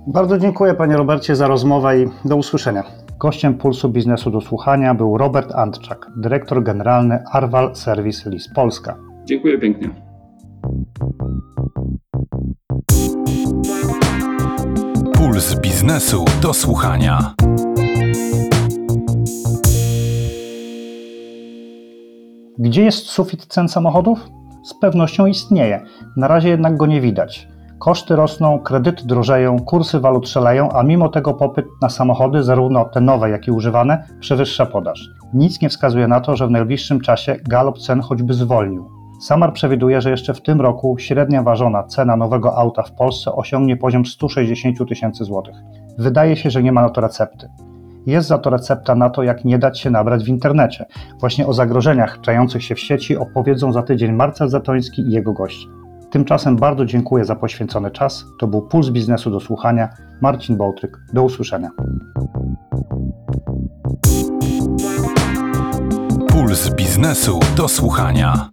Bardzo dziękuję Panie Robercie za rozmowę i do usłyszenia. Gościem Pulsu Biznesu do Słuchania był Robert Antczak, dyrektor generalny Arval Service Lease Polska. Dziękuję pięknie. Puls Biznesu do Słuchania. Gdzie jest sufit cen samochodów? Z pewnością istnieje, na razie jednak go nie widać. Koszty rosną, kredyty drożeją, kursy walut szaleją, a mimo tego popyt na samochody, zarówno te nowe, jak i używane, przewyższa podaż. Nic nie wskazuje na to, że w najbliższym czasie galop cen choćby zwolnił. Samar przewiduje, że jeszcze w tym roku średnia ważona cena nowego auta w Polsce osiągnie poziom sto sześćdziesiąt tysięcy złotych. Wydaje się, że nie ma na to recepty. Jest za to recepta na to, jak nie dać się nabrać w internecie. Właśnie o zagrożeniach czających się w sieci opowiedzą za tydzień Marcel Zatoński i jego goście. Tymczasem bardzo dziękuję za poświęcony czas. To był Puls Biznesu do Słuchania. Marcin Bołtryk. Do usłyszenia. Puls Biznesu do Słuchania.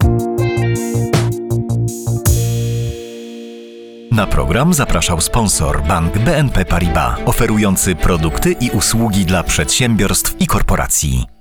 Na program zapraszał sponsor bank B N P Paribas, oferujący produkty i usługi dla przedsiębiorstw i korporacji.